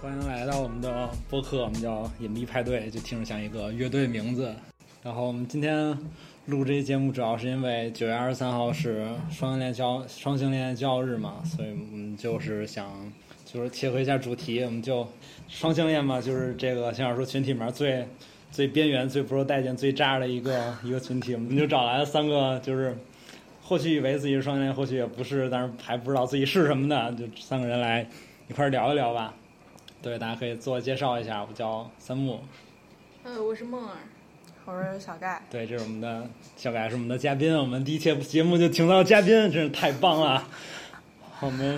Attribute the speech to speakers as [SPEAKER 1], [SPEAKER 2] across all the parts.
[SPEAKER 1] 欢迎来到我们的播客，我们叫隐秘派对，就听着像一个乐队名字。然后我们今天录这期节目主要是因为9月23号是双性恋骄傲日嘛，所以我们就是想切合一下主题，我们就双性恋嘛，就是这个像说群体里面最边缘、最不受待见、最渣的一个群体，我们就找来了3个，就是或许以为自己是双性恋，或许也不是，但是还不知道自己是什么的，就3个人来一块聊一聊吧。对，大家可以自我介绍一下，我叫三木。
[SPEAKER 2] 我是梦儿。
[SPEAKER 3] 我是小盖。
[SPEAKER 1] 对，这是我们的小盖，是我们的嘉宾。我们第一期节目就请到嘉宾，真是太棒了。我们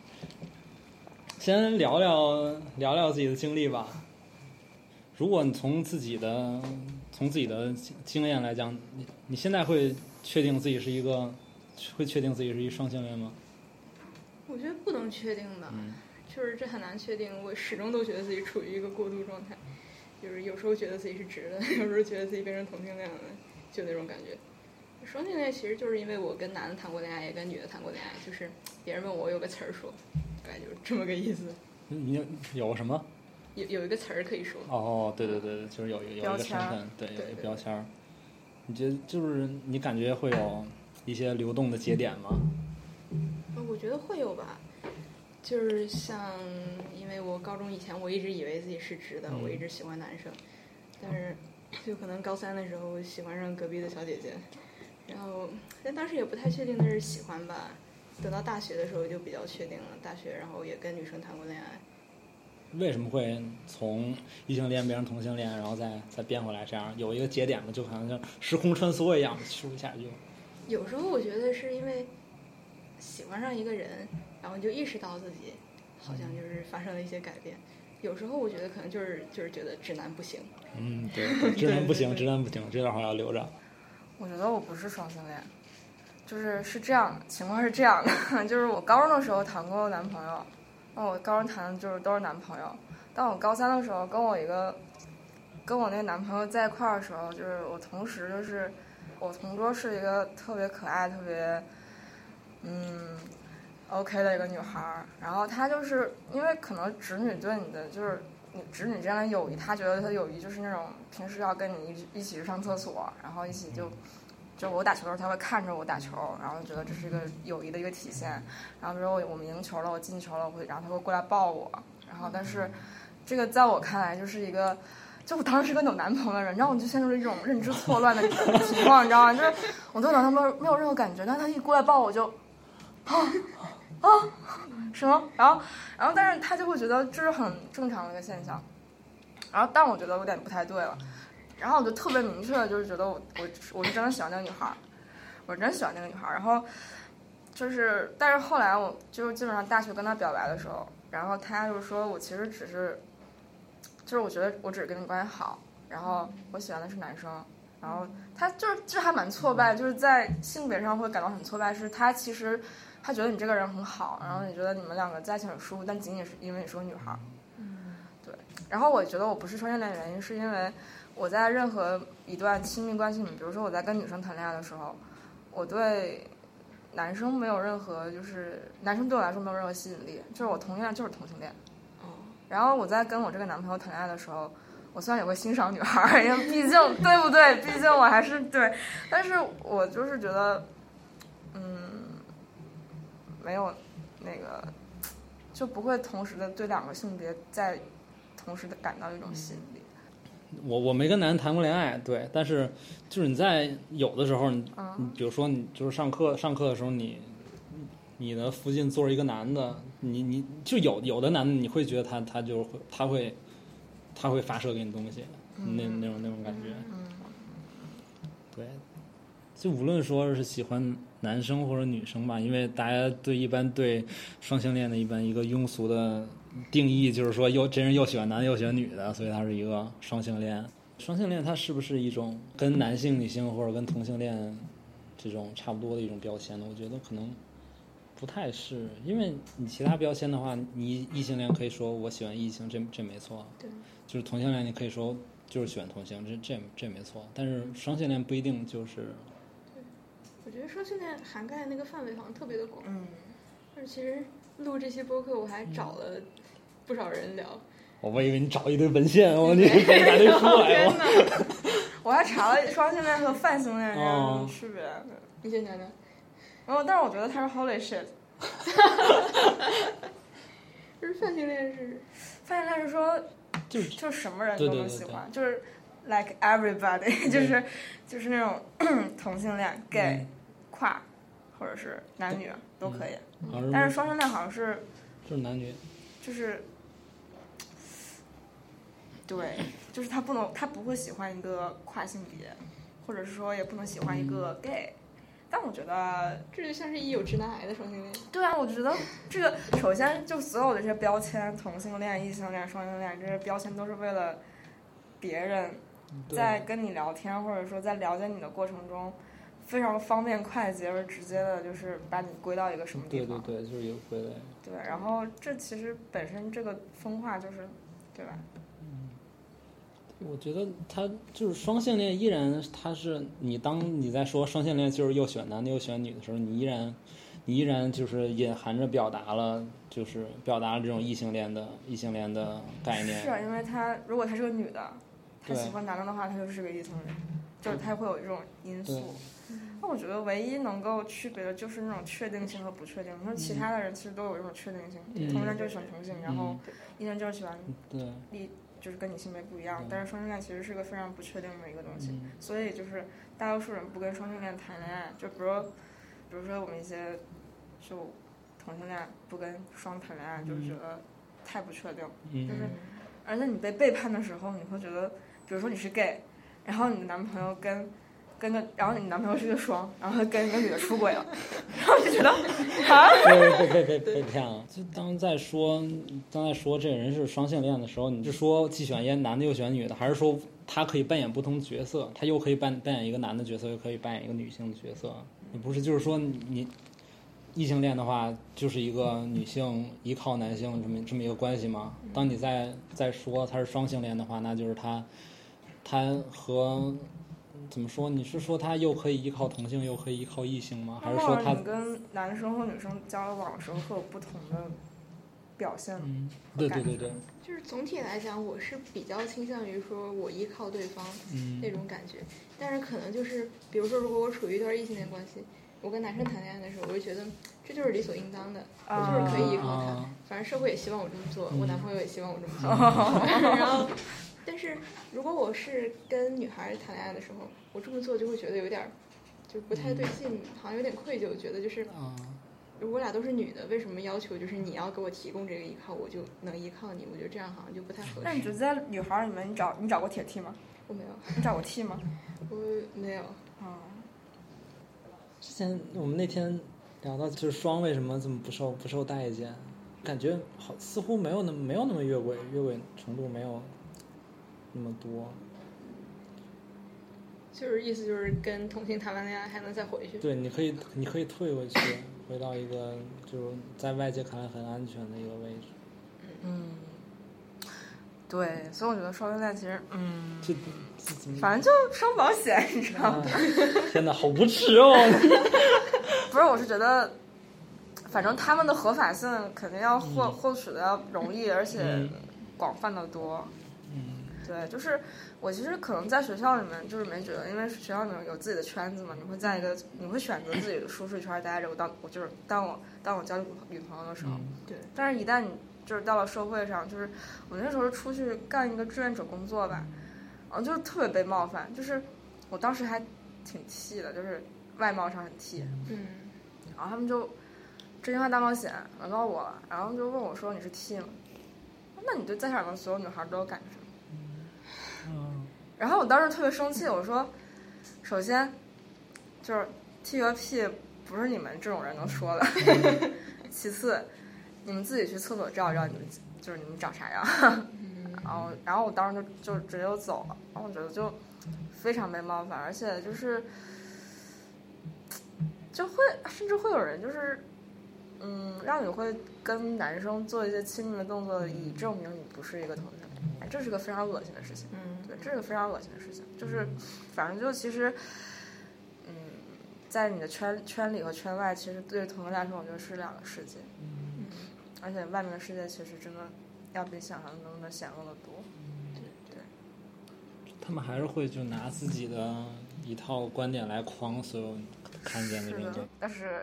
[SPEAKER 1] 先聊聊自己的经历吧。如果你从自己的经验来讲，你现在会确定自己是一双性恋吗？
[SPEAKER 2] 我觉得不能确定的，就是这很难确定。我始终都觉得自己处于一个过渡状态，就是有时候觉得自己是直的，有时候觉得自己变成同性恋了，就那种感觉。双性恋其实就是因为我跟男的谈过恋爱，也跟女的谈过恋爱，就是别人问我有个词儿说，大概就是这么个意思。
[SPEAKER 1] 你有什么？
[SPEAKER 2] 有一个词儿可以说。
[SPEAKER 1] 哦，对，就是有一个身份，对，有一个标签。你觉得就是你感觉会有一些流动的节点吗？
[SPEAKER 2] 我觉得会有吧，就是像因为我高中以前我一直以为自己是直的，我一直喜欢男生，但是就可能高3的时候喜欢上隔壁的小姐姐，然后但当时也不太确定那是喜欢吧，等到大学的时候就比较确定了，大学然后也跟女生谈过恋爱。
[SPEAKER 1] 为什么会从异性恋变成同性恋，然后再变回来，这样有一个节点嘛，就好像像时空穿梭一样，咻一下就。有
[SPEAKER 2] 时候我觉得是因为喜欢上一个人，然后你就意识到自己好像就是发生了一些改变。有时候我觉得可能就是觉得直男不行。
[SPEAKER 1] 对，直男不行，直男不行，这段话要留着。
[SPEAKER 3] 我觉得我不是双性恋，是这样的，情况是这样的，就是我高中的时候谈过男朋友，我高中谈的就是都是男朋友，但我高3的时候跟我那个男朋友在一块儿的时候，就是我同时就是我同桌是一个特别可爱、特别OK 的一个女孩，然后她就是因为可能直女对你的就是你直女之间的友谊，她觉得她的友谊就是那种平时要跟你一起去上厕所，然后一起就我打球的时候她会看着我打球，然后觉得这是一个友谊的一个体现。然后比如说我们赢球了，我进球了，然后她会过来抱我，然后但是这个在我看来就是一个。就我当时是个有男朋友的人，然后我就陷入了一种认知错乱的情况，你知道吗？就是我对男朋友没有任何感觉，但他一过来抱我就，什么？然后，但是他就会觉得这是很正常的一个现象，然后但我觉得有点不太对了，然后我就特别明确的就是觉得我是真的喜欢那个女孩，我真喜欢那个女孩，然后就是但是后来我就基本上大学跟他表白的时候，然后他就说我其实只是。就是我觉得我只是跟你关系好，然后我喜欢的是男生，然后他就是还蛮挫败，就是在性别上会感到很挫败，是他其实他觉得你这个人很好，然后你觉得你们2个在一起很舒服，但仅仅是因为你是个女孩。对。然后我觉得我不是双性恋的原因是因为我在任何一段亲密关系里面，比如说我在跟女生谈恋爱的时候，我对男生没有任何就是男生对我来说没有任何吸引力，就是我同性恋就是同性恋。然后我在跟我这个男朋友谈恋爱的时候，我虽然也会欣赏女孩，因为毕竟对不对？毕竟我还是对，但是我就是觉得，没有那个，就不会同时的对2个性别在同时的感到一种吸引力。
[SPEAKER 1] 我没跟男人谈过恋爱，对，但是就是你在有的时候，你比如说你就是上课的时候，你的附近坐着一个男的，你就有的男的，你会觉得他会发射给你东西，那种感觉。对，就无论说是喜欢男生或者女生吧，因为大家一般对双性恋的一个庸俗的定义就是说这人又喜欢男的又喜欢女的，所以他是一个双性恋。双性恋它是不是一种跟男性、女性或者跟同性恋这种差不多的一种标签呢？我觉得可能不太是，因为你其他标签的话，你异性恋可以说我喜欢异性，这没错。
[SPEAKER 2] 对。
[SPEAKER 1] 就是同性恋，你可以说就是喜欢同性，这没错。但是双性恋不一定就是。
[SPEAKER 2] 对，我觉得双性恋涵盖那个范围好像特别的广。但是其实录这期播客我还找了不少人聊，
[SPEAKER 1] 我以为你找一堆文献，你拿这出来了。
[SPEAKER 3] 我还查了双性恋和泛性恋有什么区别，
[SPEAKER 2] 你先讲讲。
[SPEAKER 3] 然后，但是我觉得他是 holy shit。
[SPEAKER 2] 就是泛性恋
[SPEAKER 3] 是说，就什么人都能喜欢，就是 like everybody， 就是那种同性恋、gay、跨，或者是男女都可以。但是双性恋好像是
[SPEAKER 1] 就是男女，
[SPEAKER 3] 就是对，就是他不会喜欢一个跨性别，或者是说也不能喜欢一个 gay。但我觉得
[SPEAKER 2] 这就像是有直男癌的双性恋。
[SPEAKER 3] 对啊，我觉得这个首先就所有的这些标签，同性恋、异性恋、双性恋，这些标签都是为了别人在跟你聊天或者说在了解你的过程中非常方便快捷而直接的，就是把你归到一个什么地方。
[SPEAKER 1] 对，就是一个归类。
[SPEAKER 3] 对，然后这其实本身这个分化就是，对吧？
[SPEAKER 1] 我觉得他就是双性恋，依然他是当你在说双性恋就是又选男的又选女的时候，你依然就是隐含着表达了这种异性恋的概念。
[SPEAKER 3] 是啊，因为如果他是个女的，他喜欢男的的话，他就是个异性恋，就是他会有这种因素。那我觉得唯一能够区别的就是那种确定性和不确定。你说其他的人其实都有这种确定性，同性恋就是喜欢同性，然后异性恋就是喜欢就是跟你性别不一样，但是双性恋其实是个非常不确定的一个东西，所以就是大多数人不跟双性恋谈恋爱，就比如说我们一些就同性恋不跟双谈恋爱，就是觉得太不确定，就是而且你被背叛的时候，你会觉得，比如说你是 gay， 然后你的男朋友然后你男朋友是个双，然后跟一个女的出轨了，然后就觉得啊，
[SPEAKER 1] 被骗了。就当在说这个人是双性恋的时候，你是说既选男的又选女的，还是说他可以扮演不同角色？他又可以扮演一个男的角色，又可以扮演一个女性的角色？你不是就是说你异性恋的话，就是一个女性依靠男性这么一个关系吗？当你在说他是双性恋的话，那就是他和怎么说？你是说他又可以依靠同性，又可以依靠异性吗？还是说他
[SPEAKER 3] 跟男生和女生交往的时候会有不同的表现？
[SPEAKER 1] 对，
[SPEAKER 2] 就是总体来讲，我是比较倾向于说我依靠对方那种感觉，但是可能就是比如说，如果我处于一段异性恋关系，我跟男生谈恋爱的时候，我就觉得这就是理所应当的，我就是可以依靠他，反正社会也希望我这么做，我男朋友也希望我这么做，然后。但是如果我是跟女孩谈恋爱的时候，我这么做就会觉得有点就不太对劲，好像有点愧疚，觉得就是如果我俩都是女的，为什么要求就是你要给我提供这个依靠，我就能依靠你？我觉得这样好像就不太合适。
[SPEAKER 3] 那你觉得在女孩里面，你找过铁 T 吗？
[SPEAKER 2] 我没有。
[SPEAKER 3] 你找过 T 吗？
[SPEAKER 2] 我没有。
[SPEAKER 1] 之前我们那天聊到就是双为什么这么不受待见，感觉似乎没有那么越轨程度没有那么多，
[SPEAKER 2] 就是意思就是跟同性谈完恋爱还能再回去。
[SPEAKER 1] 对，你可以退回去，回到一个就是在外界看来很安全的一个位置。
[SPEAKER 3] 对，所以我觉得双性恋其实
[SPEAKER 1] 反
[SPEAKER 3] 正就双保险，你知道吗？
[SPEAKER 1] 天哪，好无耻哦！
[SPEAKER 3] 不是，我是觉得，反正他们的合法性肯定要获取的要容易，而且广泛的多。对，就是我其实可能在学校里面就是没觉得，因为学校里面有自己的圈子嘛，你会选择自己的舒适圈待着。当我交女朋友的时候，
[SPEAKER 2] 对。
[SPEAKER 3] 但是一旦你就是到了社会上，就是我那时候出去干一个志愿者工作吧，就是特别被冒犯，就是我当时还挺T的，就是外貌上很T，然后他们就真心话大冒险轮到我了，然后就问我说你是T吗？那你对在场的所有女孩都有感觉？然后我当时特别生气，我说，首先就是 T 和 P 不是你们这种人能说的，其次你们自己去厕所照一照你们长啥样，然后我当时就直接就走了，然后我觉得就非常被冒犯，而且就是甚至会有人就是让你会跟男生做一些亲密的动作，以证明你不是一个同性恋，这是个非常恶心的事情。对，这是个非常恶心的事情。就是反正就其实在你的圈里和圈外，其实对同性恋来说，我觉得是两个世界。而且外面的世界其实真的要比想象中的险恶的多。
[SPEAKER 1] 他们还是会就拿自己的一套观点来框所有看见的人的。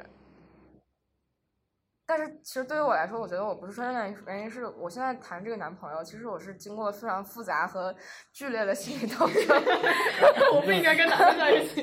[SPEAKER 3] 但是其实对于我来说，我觉得我不是双性恋，原因是我现在谈这个男朋友，其实我是经过非常复杂和剧烈的心理斗争。
[SPEAKER 2] 我不应该跟男的在一起。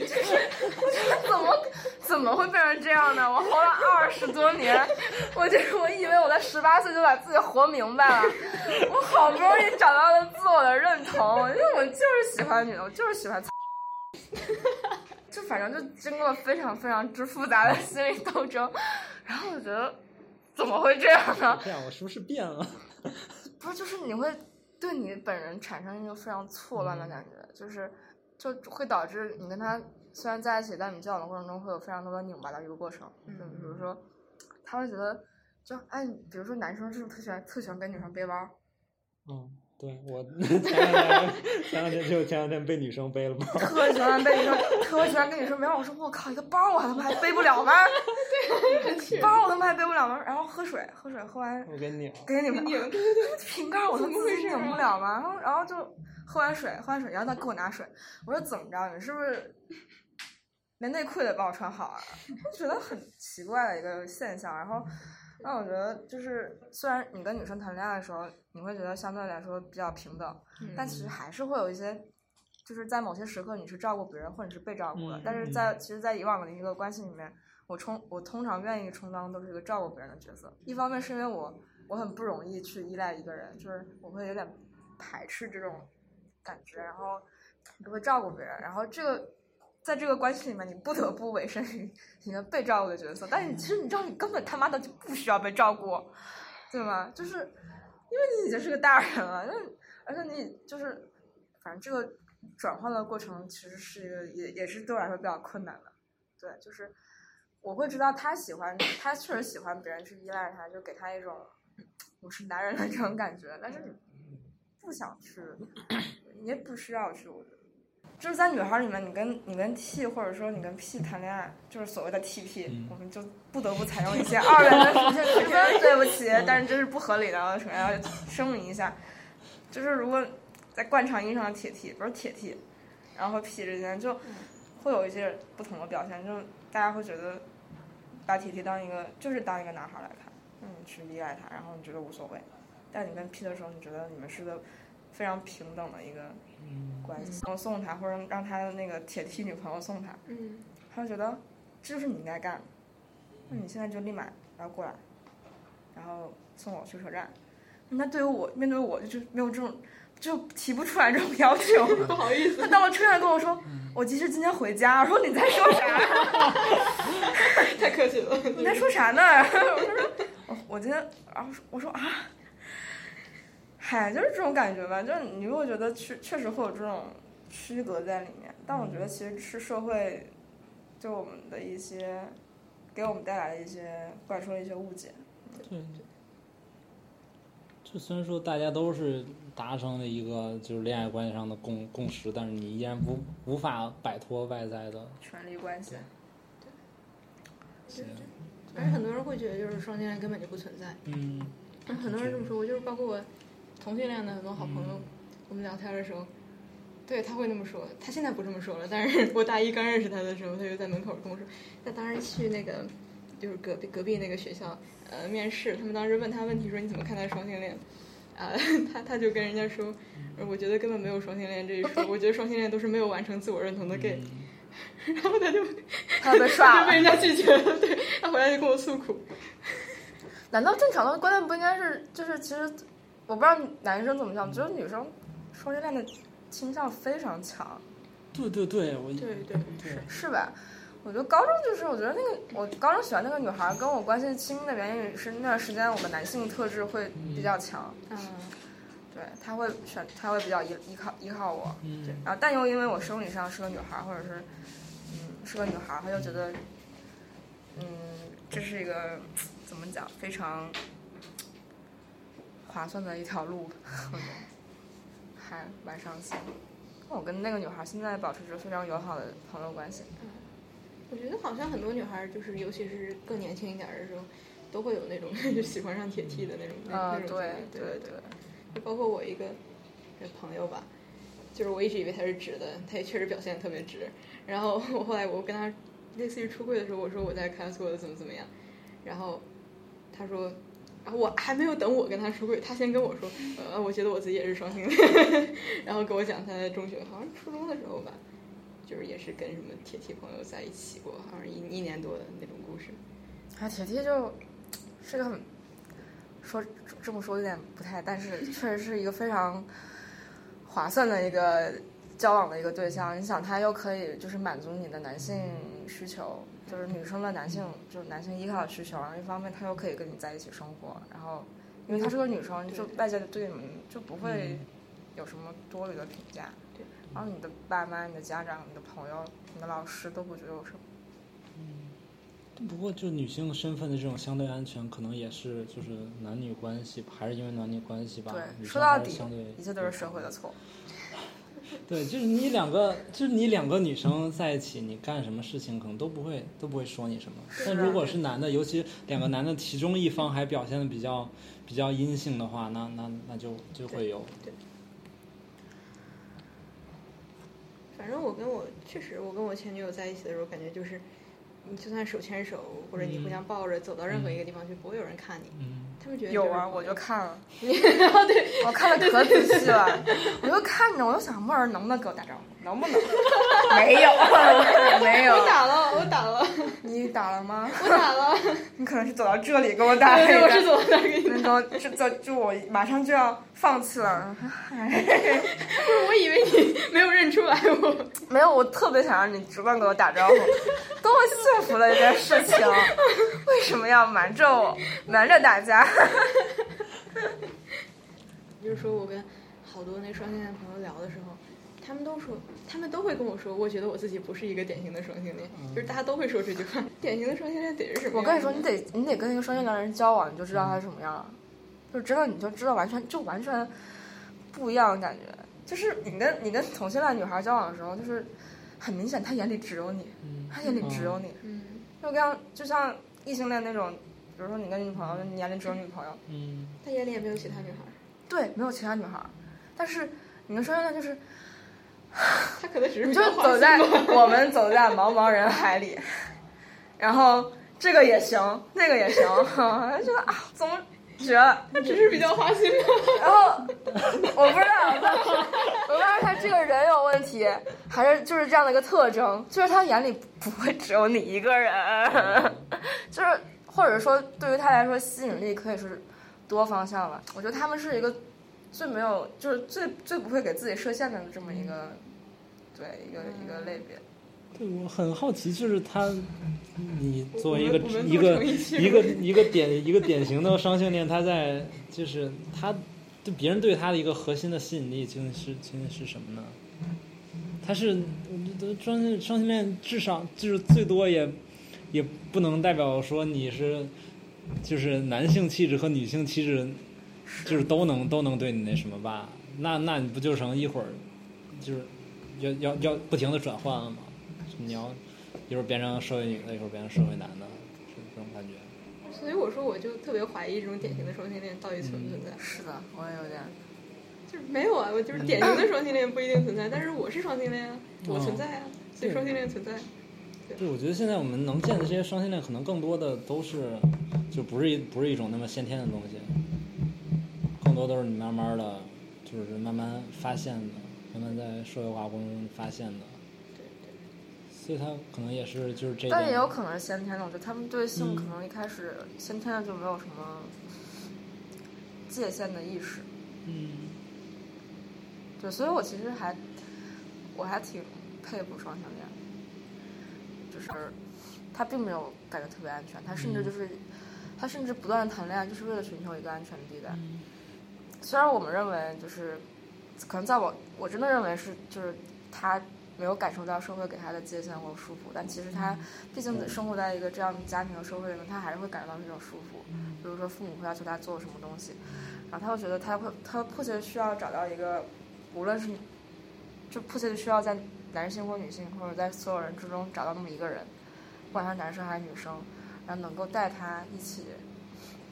[SPEAKER 3] 怎么会变成这样呢？我活了20多年，我以为我在18岁就把自己活明白了，我好不容易找到了自我的认同，因为我就是喜欢女的，我就是喜欢。就反正就经过了非常非常之复杂的心理斗争，然后我觉得怎么会这样呢？
[SPEAKER 1] 这样我是不是变了？
[SPEAKER 3] 不是，就是你会对你本人产生一个非常错乱的感觉，就会导致你跟他虽然在一起，但你交往的过程中会有非常多的拧巴的一个过程。就比如说，他会觉得比如说男生是不是特喜欢跟女生背包？
[SPEAKER 1] 对，我前两天被女生背了包，
[SPEAKER 3] 特喜欢被女生，特喜欢跟女生背包。我说我靠，一个包我他妈还背不了吗？对，包我他妈还背不了吗？然后喝水喝完
[SPEAKER 1] 我给拧，
[SPEAKER 3] 瓶盖我都自己拧不了吗？然后就喝完水，然后他给我拿水，我说怎么着？你是不是连内裤也帮我穿好啊？我觉得很奇怪的一个现象。然后我觉得就是虽然你跟女生谈恋爱的时候，你会觉得相对来说比较平等，但其实还是会有一些，就是在某些时刻你是照顾别人或者是被照顾的，但是其实，在以往的一个关系里面，我通常愿意充当都是一个照顾别人的角色。一方面是因为我很不容易去依赖一个人，就是我会有点排斥这种感觉，然后就会照顾别人，然后在这个关系里面，你不得不委身于一个被照顾的角色，但是其实你知道，你根本他妈的就不需要被照顾，对吗？就是因为你已经是个大人了，而且你就是反正这个转换的过程其实是一个也是对我来说比较困难的。对，就是我会知道他确实喜欢别人去依赖他，就给他一种我是男人的这种感觉，但是你不想去，你也不需要去，我觉得。就是在女孩里面，你跟 T 或者说你跟 P 谈恋爱，就是所谓的 TP，我们就不得不采用一些二元的属性区分。对不起，但是这是不合理的，我首先要声明一下，就是如果在惯常意义上的铁 T 不是铁 T，然后和 P 之间就会有一些不同的表现，就大家会觉得把铁 T 当一个男孩来看，你去依赖他，然后你觉得无所谓，但你跟 P 的时候，你觉得你们是个非常平等的一个关系。我送他，或者让他的那个铁 T 女朋友送他，他就觉得这就是你应该干的，那你现在就立马要过来，然后送我去车站。那面对我就没有这种，就提不出来这种要求，
[SPEAKER 2] 不好意思。
[SPEAKER 3] 他到了车站跟我说，我其实今天回家。我说你在说啥？
[SPEAKER 2] 太客气了。
[SPEAKER 3] 你在说啥呢？我今天，然后我说啊。嗨，就是这种感觉吧，就是你会觉得确实会有这种区隔在里面，但我觉得其实是社会对我们的一些给我们带来的一些灌输的一些误解。
[SPEAKER 1] 对，就虽然说大家都是达成了一个就是恋爱关系上的共识，但是你依然无法摆脱外在的
[SPEAKER 3] 权力关系。
[SPEAKER 2] 对，而且很多人会觉得就是双性恋根本就不存在。很多人这么说，就是包括我同性恋的很多好朋友，我们聊天的时候，对他会那么说。他现在不这么说了，但是我大一刚认识他的时候，他就在门口跟我说，他当时去那个就是隔壁那个学校面试，他们当时问他问题说你怎么看待双性恋？他就跟人家说，我觉得根本没有双性恋这一说，我觉得双性恋都是没有完成自我认同的 gay。然后他被
[SPEAKER 3] 刷了，
[SPEAKER 2] 被人家拒绝了。对，他回来就跟我诉苦。
[SPEAKER 3] 难道正常的观念不应该是就是其实？我不知道男生怎么想，觉得女生双性恋的倾向非常强。
[SPEAKER 1] 对，
[SPEAKER 2] 对
[SPEAKER 3] 是吧？我觉得高中我觉得我高中喜欢那个女孩，跟我关系亲密的原因是那段时间我们男性特质会比较强。对，他会比较依靠我。对，然后但又因为我生理上是个女孩，或者是是个女孩，他就觉得这是一个怎么讲非常划算的一条路，还蛮伤心。我跟那个女孩现在保持着非常友好的朋友关系。
[SPEAKER 2] 我觉得好像很多女孩就是尤其是更年轻一点的时候， 都会有那种就喜欢上铁 T 的那种那种
[SPEAKER 3] 对，
[SPEAKER 2] 就包括我一个朋友吧，就是我一直以为他是直的，他也确实表现得特别直。然后后来我跟他类似于出柜的时候，我说我在开拓的怎么样，然后他说，然后我还没有等我跟他出柜，他先跟我说，我觉得我自己也是双性恋，然后跟我讲他在中学好像初中的时候吧，就是也是跟什么铁 T 朋友在一起过，好像一年多的那种故事。
[SPEAKER 3] 铁 T 就是个很这么说有点不太，但是确实是一个非常划算的一个交往的一个对象。你想，他又可以就是满足你的男性需求，就是女生的男性依靠的需求，然后一方面他又可以跟你在一起生活，然后因为她是个女生，就外界对你们就不会有什么多余的评价，
[SPEAKER 2] 对，
[SPEAKER 3] 然后你的爸妈、你的家长、你的朋友、你的老师都不觉得有什么。
[SPEAKER 1] 不过就女性身份的这种相对安全，可能也是就是男女关系，还是因为男女关系吧。
[SPEAKER 3] 对，说到底
[SPEAKER 1] 相对
[SPEAKER 3] 一切都是社会的错。
[SPEAKER 1] 对，就是你两个女生在一起，你干什么事情可能都不会说你什么。但如果是男的，尤其两个男的其中一方还表现的比较阴性的话，那就会有。
[SPEAKER 2] 对。反正我跟我前女友在一起的时候，感觉就是你就算手牵手或者你互相抱着走到任何一个地方去，不会有人看你。他们觉得
[SPEAKER 3] 有啊，我就看了。
[SPEAKER 2] 对，
[SPEAKER 3] 我看的可仔细了，我就看着，我就想妹儿能不能给我打招呼，能不能？没有，没有。
[SPEAKER 2] 我打了。
[SPEAKER 3] 你打了吗？
[SPEAKER 2] 我打了。
[SPEAKER 3] 你可能是走到这里给我打的。
[SPEAKER 2] 对，我是走到那儿给你打。
[SPEAKER 3] 就我马上就要放弃了。
[SPEAKER 2] 不是，我以为你没有认出来我。
[SPEAKER 3] 没有，我特别想让你直观给我打招呼，多么幸福的一件事情！为什么要瞒着大家？
[SPEAKER 2] 就是说我跟好多那双性恋朋友聊的时候，他们都会跟我说，我觉得我自己不是一个典型的双性恋，就是大家都会说这句话。典型的双性恋得是什么？
[SPEAKER 3] 我跟你说，你得跟一个双性恋人交往，你就知道他是什么样了。就真的你就知道完全不一样的感觉。就是你跟同性恋女孩交往的时候，就是很明显，他眼里只有你，他眼里只有你。就像异性恋那种，比如说你跟女朋友，你眼里只有女朋友，
[SPEAKER 2] 他眼里也没有其他女孩。
[SPEAKER 3] 对，没有其他女孩，但是你跟双性恋就是，
[SPEAKER 2] 他可能只是
[SPEAKER 3] 你就我们走在茫茫人海里，然后这个也行，那个也行，觉得啊，怎么绝了？
[SPEAKER 2] 他只是比较花心吧。
[SPEAKER 3] 然后我不知道他这个人有问题，还是就是这样的一个特征，就是他眼里不会只有你一个人，就是或者说对于他来说吸引力可以是多方向了。我觉得他们是一个最没有，就是最不会给自己设限的这么一个，对一个类别。
[SPEAKER 1] 对，我很好奇，就是你作为一个典型的双性恋，他在就是他对别人对他的一个核心的吸引力究竟是什么呢？他是双性恋，至少就是最多也不能代表说你是就是男性气质和女性气质就是都能对你那什么吧？那你不就成一会儿就是要不停的转换了吗？你要一会儿变成社会女的，一会儿变成社会男的，是这种感觉。
[SPEAKER 2] 所以我说，我就特别怀疑这种典型的双性恋到底存不存在。
[SPEAKER 3] 是的，我也有点。
[SPEAKER 2] 就是没有啊，我就是典型的双性恋不一定存在，但是我是双性恋啊，我存在啊，所以双性恋存在。
[SPEAKER 1] 对，我觉得现在我们能见的这些双性恋，可能更多的都是，就不是一种那么先天的东西，更多都是你慢慢的，就是慢慢发现的，慢慢在社会化过程中发现的。所以他可能也是就是这，
[SPEAKER 3] 但也有可能是先天的。我觉得他们对性可能一开始先天的就没有什么界限的意识。对，所以我其实我还挺佩服双性恋，就是他并没有感觉特别安全，他甚至不断的谈恋爱，就是为了寻求一个安全的地带。虽然我们认为就是可能在我真的认为是就是他没有感受到社会给他的界限或束缚，但其实他毕竟生活在一个这样的家庭和社会里面，他还是会感受到这种束缚。比如说父母会要求他做什么东西，然后他会觉得他迫切需要找到一个，无论是就迫切的需要在男性或女性或者在所有人之中找到那么一个人，不管他男生还是女生，然后能够带他一起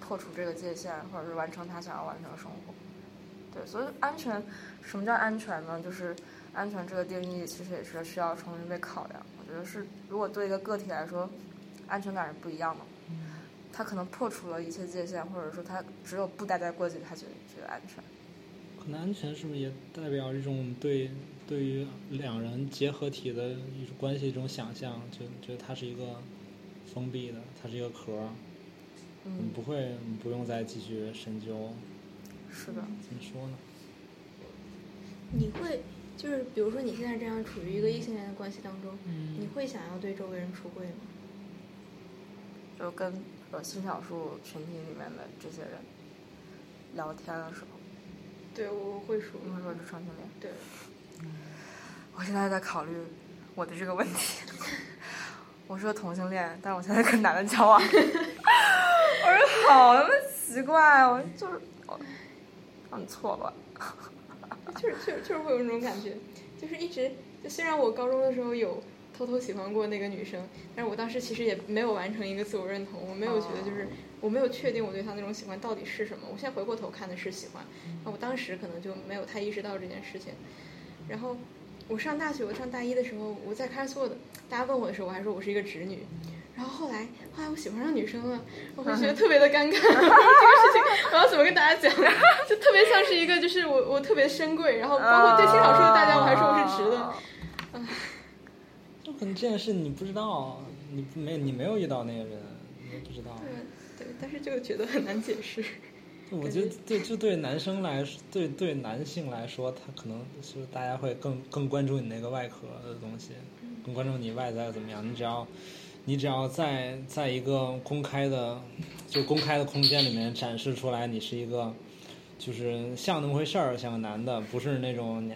[SPEAKER 3] 破除这个界限，或者是完成他想要完成的生活。对，所以安全，什么叫安全呢？就是安全这个定义其实也是需要重新被考量。我觉得是，如果对一个个体来说，安全感是不一样的。他可能破除了一切界限，或者说他只有不待在柜子里，他觉得安全。
[SPEAKER 1] 可能安全是不是也代表一种对于两人结合体的一种关系一种想象，就觉得它是一个封闭的，它是一个壳，你不用再继续深究。
[SPEAKER 3] 是的。
[SPEAKER 1] 怎么说呢？
[SPEAKER 2] 你会就是比如说你现在这样处于一个异性恋的关系当中，你会想要对周围人出柜吗？
[SPEAKER 3] 就跟性少数群体里面的这些人聊天的时候。
[SPEAKER 2] 对，我会说。
[SPEAKER 3] 你会说是双性恋？
[SPEAKER 2] 对。
[SPEAKER 3] 我现在在考虑我的这个问题。我是个同性恋，但是我现在跟男的交往。我说好他妈奇怪，我就是很错吧。
[SPEAKER 2] 就是会有那种感觉，就是一直就虽然我高中的时候有偷偷喜欢过那个女生，但是我当时其实也没有完成一个自我认同，我没有觉得就是我没有确定我对她那种喜欢到底是什么。我现在回过头看的是喜欢，那我当时可能就没有太意识到这件事情。然后我上大学，我上大一的时候，我在开锁的，大家问我的时候，我还说我是一个直女。然后后来我喜欢上女生了，我会觉得特别的尴尬。这个事情我要怎么跟大家讲？就特别像是一个，就是我特别深贵，然后包括对性少数的大家，我还说我是直的。
[SPEAKER 1] 就可能这件事你不知道，你没有遇到那个人，你也不知道。
[SPEAKER 2] 对，但是就觉得很难解释。
[SPEAKER 1] 我觉得对男生来说，对男性来说，他可能是大家会更关注你那个外壳的东西，更关注你外在怎么样。你只要在一个公开的空间里面展示出来，你是一个就是像那么回事儿，像个男的，不是那种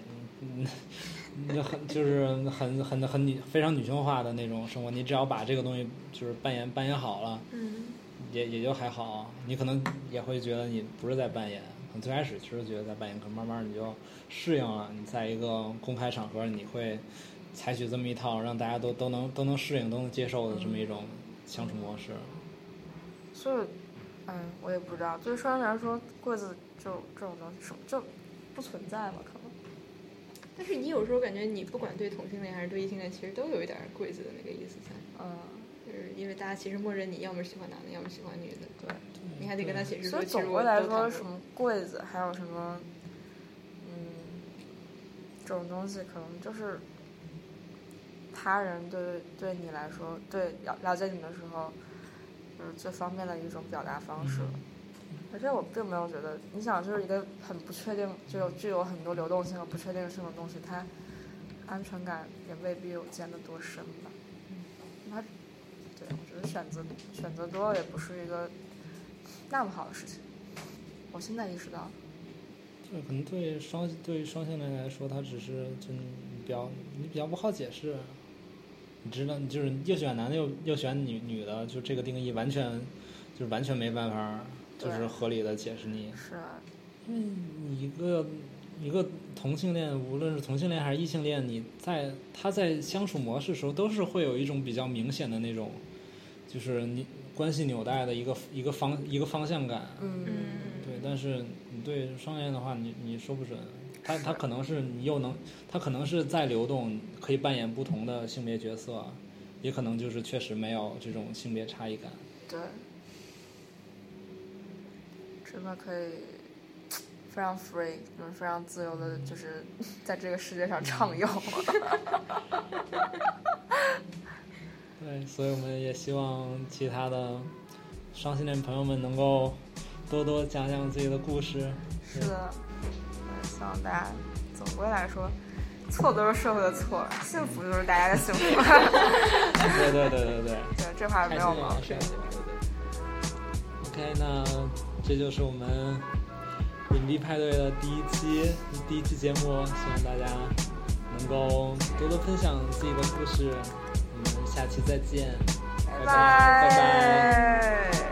[SPEAKER 1] 很非常女性化的那种生活。你只要把这个东西就是扮演好了，也就还好。你可能也会觉得你不是在扮演，可能最开始确实觉得在扮演，可慢慢你就适应了。你在一个公开场合，你会采取这么一套让大家都能适应、都能接受的这么一种相处模式。
[SPEAKER 3] 所以，我也不知道。对双人来说，柜子就这种东西就不存在嘛，可能。
[SPEAKER 2] 但是你有时候感觉你不管对同性恋还是对异性恋，其实都有一点柜子的那个意思在。就是因为大家其实默认你要么喜欢男的，要么喜欢女的。
[SPEAKER 3] 对。
[SPEAKER 2] 你还得跟他解释说，
[SPEAKER 3] 所以总归来说，什么柜子，还有什么，这种东西可能就是他人对你来说，对了解你的时候，就是最方便的一种表达方式。而且我并没有觉得，你想，就是一个很不确定，具有很多流动性和不确定性的东西，它安全感也未必有见得多深吧。对，我觉得选择多了也不是一个那么好的事情。我现在意识到了。
[SPEAKER 1] 对，可能对双性恋来说，他只是就你比较不好解释。你知道，你就是又喜欢男的又喜欢女的，就这个定义完全没办法，就是合理的解释你。
[SPEAKER 3] 是啊。
[SPEAKER 1] 因为你一个同性恋，无论是同性恋还是异性恋，他在相处模式的时候，都是会有一种比较明显的那种，就是你关系纽带的一个方向感。对，但是你对双性恋的话，你说不准，他可能是他可能是在流动，可以扮演不同的性别角色，也可能就是确实没有这种性别差异感。
[SPEAKER 3] 对，真的可以非常 free， 就是非常自由的，就是在这个世界上畅游。
[SPEAKER 1] 对，所以我们也希望其他的双性恋朋友们能够多多讲讲自己的故事。
[SPEAKER 3] 是的，希望大家总归来说，错都是社会的错，幸福就是大家的幸福。
[SPEAKER 1] 对，
[SPEAKER 3] 这话没有毛病。
[SPEAKER 1] OK， 那这就是我们隐蔽派对的第一期节目，希望大家能够多多分享自己的故事。我们下期再见，拜拜。